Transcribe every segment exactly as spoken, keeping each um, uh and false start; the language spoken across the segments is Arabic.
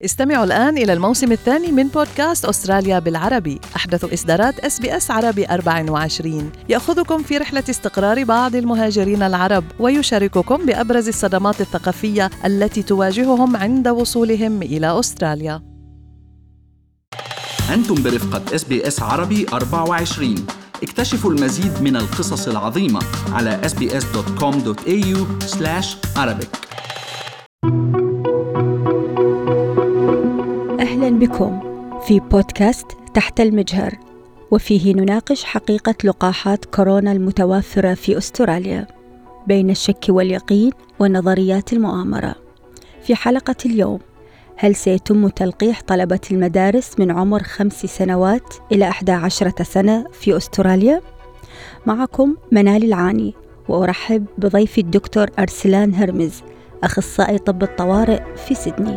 استمعوا الآن إلى الموسم الثاني من بودكاست أستراليا بالعربي، أحدث إصدارات إس بي إس عربي أربعة وعشرين، يأخذكم في رحلة استقرار بعض المهاجرين العرب ويشارككم بأبرز الصدمات الثقافية التي تواجههم عند وصولهم إلى أستراليا. أنتم برفقة إس بي إس عربي أربعة وعشرين. اكتشفوا المزيد من القصص العظيمة على إس بي إس دوت كوم دوت إيه يو سلاش عربيك. أهلا بكم في بودكاست تحت المجهر، وفيه نناقش حقيقة لقاحات كورونا المتوافرة في أستراليا بين الشك واليقين ونظريات المؤامرة. في حلقة اليوم، هل سيتم تلقيح طلبة المدارس من عمر خمس سنوات إلى إحدى عشرة سنة في أستراليا؟ معكم منال العاني، وأرحب بضيفي الدكتور أرسلان هرمز، أخصائي طب الطوارئ في سيدني.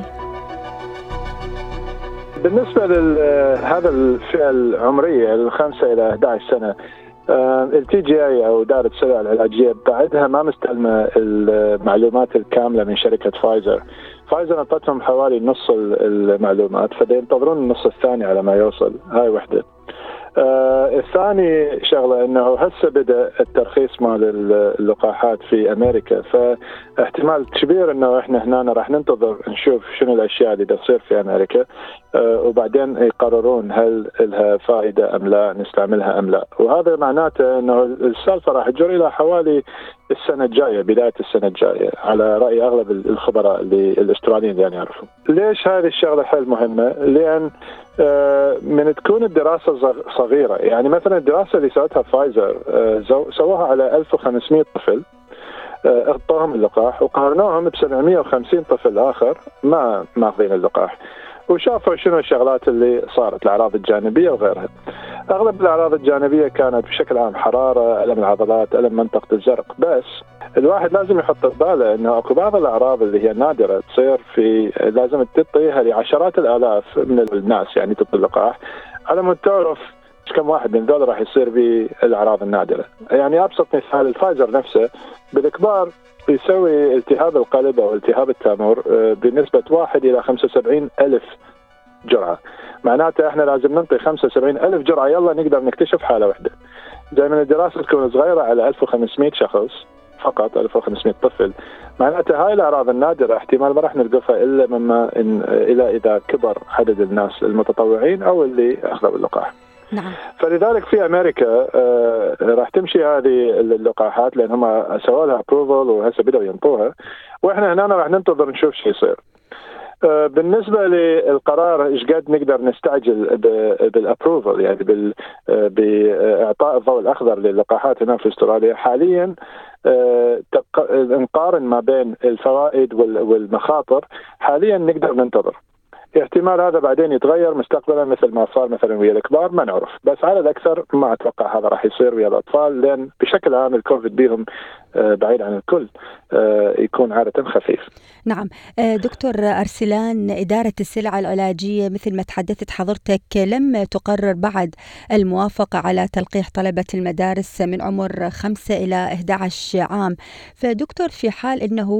بالنسبة لهذا الفئة العمرية الخمسة إلى أحد عشر سنة، التي جي اي أو دائرة السلع العلاجية بعدها ما مستلمة المعلومات الكاملة من شركة فايزر. فايزر نطتهم حوالي نص المعلومات، فينتظرون النص الثاني على ما يوصل. هاي وحدة. آه الثاني شغلة انه هسه بدأ الترخيص مال اللقاحات في امريكا، فاحتمال كبير انه احنا هنا راح ننتظر نشوف شنو الاشياء اللي تصير في امريكا، آه وبعدين يقررون هل لها فائدة ام لا نستعملها ام لا. وهذا معناته انه السالفة راح تجر الى حوالي السنة الجاية، بداية السنة الجاية، على رأي اغلب الخبراء اللي الاستراليين اللي يعني يعرفوا. ليش هذه الشغلة حيل مهمة؟ لان من تكون الدراسة صغيرة، يعني مثلا الدراسة اللي سوتها فايزر سووها على ألف وخمسمائة طفل، اعطوهم اللقاح وقارنوهم ب سبعمائة وخمسين طفل آخر ما ماخذين اللقاح، وشافوا شنو الشغلات اللي صارت، الأعراض الجانبية وغيرها. أغلب الأعراض الجانبية كانت بشكل عام حرارة، ألم العضلات، ألم منطقة الزرق. بس الواحد لازم يحط باله أنه أكو بعض الأعراض اللي هي نادرة تصير في، لازم تعطيها لعشرات الآلاف من الناس يعني تعطي اللقاح على مود تعرف كم واحد من ذول راح يصير بالأعراض النادرة. يعني أبسط مثال الفايزر نفسه بالكبار يسوي التهاب القلب أو التهاب التامور بنسبة واحد إلى خمسة وسبعين ألف جرعة. معناته احنا لازم ننطي خمسة وسبعين ألف جرعة يلا نقدر نكتشف حالة واحدة. زي من الدراسة تكون صغيرة على ألف وخمسمائة شخص فقط، ألف وخمسمائة طفل، معناته هاي الأعراض النادرة احتمال ما راح نلقفها إلا مما إن إلا إذا كبر عدد الناس المتطوعين أو اللي أخذوا اللقاح. نعم. فلذلك في أمريكا آه راح تمشي هذه اللقاحات لأن هم سووا لها approval وهسه بدأوا ينطوها، وإحنا هنا راح ننتظر نشوف شو يصير. آه بالنسبة للقرار إيش قد نقدر نستعجل بالابروفل، يعني بال بإعطاء الضوء الأخضر للقاحات هنا في أستراليا حاليا، آه نقارن ما بين الفوائد والمخاطر. حاليا نقدر ننتظر، احتمال هذا بعدين يتغير مستقبلا مثل ما صار مثلا ويا الكبار ما نعرف، بس على الأكثر ما أتوقع هذا راح يصير ويا الأطفال، لأن بشكل عام الكوفيد بيهم بعيد عن الكل يكون عادة خفيف. نعم. دكتور أرسلان، إدارة السلع العلاجية مثل ما تحدثت حضرتك لم تقرر بعد الموافقة على تلقيح طلبة المدارس من عمر خمسة إلى أحد عشر عام، فدكتور في حال أنه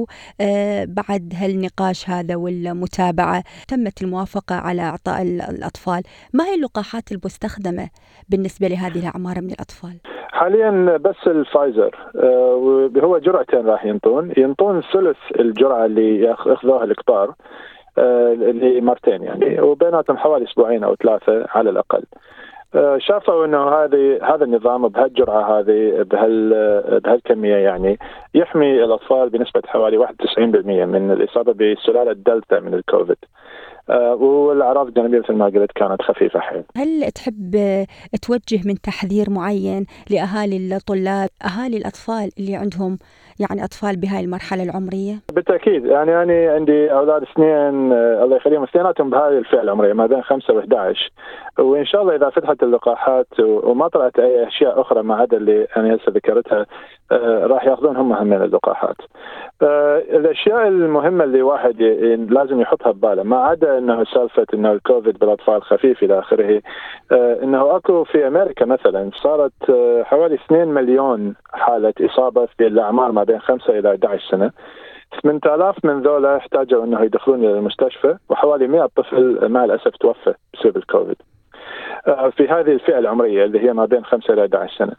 بعد هالنقاش هذا والمتابعة تمت الموافقة على إعطاء الأطفال، ما هي اللقاحات المستخدمة بالنسبة لهذه الأعمار من الأطفال؟ حاليا بس الفايزر، آه هو جرعتين راح ينطون ينطون ثلث الجرعة اللي ياخذوها الكبار، آه اللي مرتين يعني، وبيناتهم حوالي اسبوعين او ثلاثة على الاقل. آه شافوا انه هذه هذا النظام بهالجرعة هذه بهال بهالكمية يعني يحمي الاطفال بنسبة حوالي واحد وتسعين بالمئة من الاصابة بسلالة دلتا من الكوفيد. آه والأعراض الجانبية مثل ما قلت كانت خفيفة حيل. هل تحب توجه من تحذير معين لأهالي الطلاب، أهالي الأطفال اللي عندهم يعني أطفال بهاي المرحلة العمرية؟ بالتأكيد، يعني أنا عندي أولاد اثنين آه الله يخليهم، اثنيناتهم بهاي الفئة العمرية ما بين خمسة وأحد عشر، وإن شاء الله إذا فتحت اللقاحات وما طلعت أي أشياء أخرى ما عدا اللي أنا هسه ذكرتها آه راح يأخذون هم هم من اللقاحات. آه الأشياء المهمة اللي واحد لازم يحطها بباله، ما عدا إنه سالفة إنه الكوفيد بالأطفال خفيف إلى آخره، آه إنه أكو في أمريكا مثلا صارت آه حوالي اثنين مليون حالة إصابة في الأعمار ما بين خمسة إلى أحد عشر سنة، ثمانية آلاف من ذولا احتاجوا أنه يدخلون إلى المستشفى، وحوالي مئة طفل مع الأسف توفى بسبب الكوفيد في هذه الفئة العمرية اللي هي ما بين خمسة إلى أحد عشر سنة.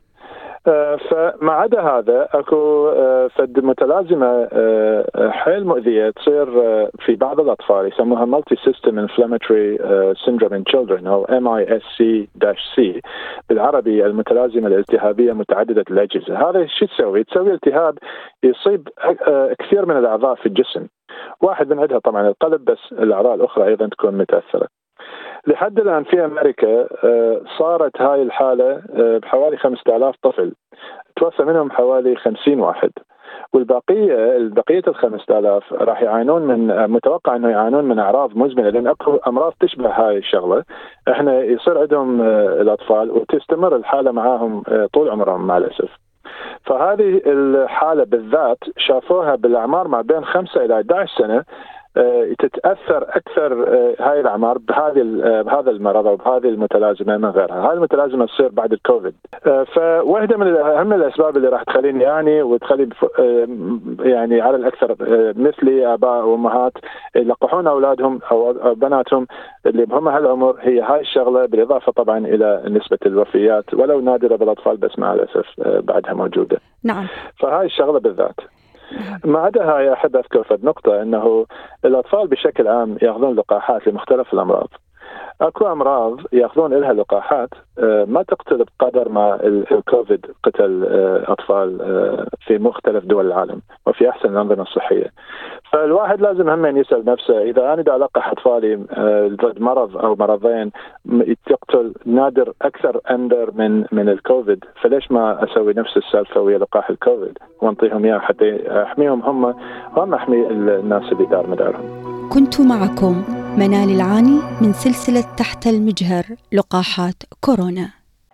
فما عدا هذا اكو فد متلازمه حيل مؤذيه تصير في بعض الاطفال يسموها مالتي سيستم انفلاماتوري سيندروم ان تشيلدرن او ام اي اس سي سي بالعربي، المتلازمه الالتهابيه متعدده الاجهزه. هذا شو تسوي؟ تسوي التهاب يصيب كثير من الاعضاء في الجسم، واحد من عندها طبعا القلب، بس الاعضاء الاخرى ايضا تكون متاثره. لحد الآن في أمريكا صارت هاي الحالة بحوالي خمسة آلاف طفل، توفى منهم حوالي خمسين واحد، والبقية البقية الخمسة آلاف راح يعانون من، متوقع أنه يعانون من أعراض مزمنة، لأن أكو أمراض تشبه هاي الشغلة إحنا يصير عندهم الأطفال وتستمر الحالة معاهم طول عمرهم مع الأسف. فهذه الحالة بالذات شافوها بالأعمار ما بين خمسة إلى أحد عشر سنة، تتأثر أكثر هاي الأعمار بهذه بهذا المرض أو بهذه المتلازمة من غيرها. هاي المتلازمة تصير بعد الكوفيد. فواحدة من أهم الأسباب اللي راح تخليني يعني وتخلي يعني على الأكثر مثلي آباء وأمهات يلقحون أولادهم أو بناتهم اللي بهم هالعمر هي هاي الشغلة، بالإضافة طبعا إلى نسبة الوفيات ولو نادرة بالأطفال بس مع الأسف بعدها موجودة. نعم. فهاي الشغلة بالذات. ما عدا هاي أحب أذكر في النقطة أنه الأطفال بشكل عام يأخذون لقاحات لمختلف الأمراض. أكو أمراض يأخذون لها لقاحات ما تقتل بقدر ما الكوفيد قتل أطفال في مختلف دول العالم وفي أحسن الأنظمة الصحية. فالواحد لازم هم يسأل نفسه، إذا أنا دا ألقح أطفالي ضد مرض أو مرضين يقتل نادر أكثر أندر من من الكوفيد، فليش ما أسوي نفس السالفة ويا لقاح الكوفيد وانطيهم إياه حتى أحميهم هم وهم أحمي الناس اللي دار مدارهم. كنت معكم منال العاني من سلسلة تحت المجهر لقاحات كورونا.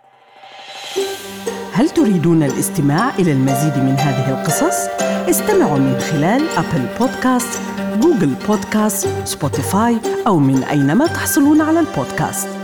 هل تريدون الاستماع إلى المزيد من هذه القصص؟ استمعوا من خلال أبل بودكاست، جوجل بودكاست، سبوتيفاي أو من أينما تحصلون على البودكاست.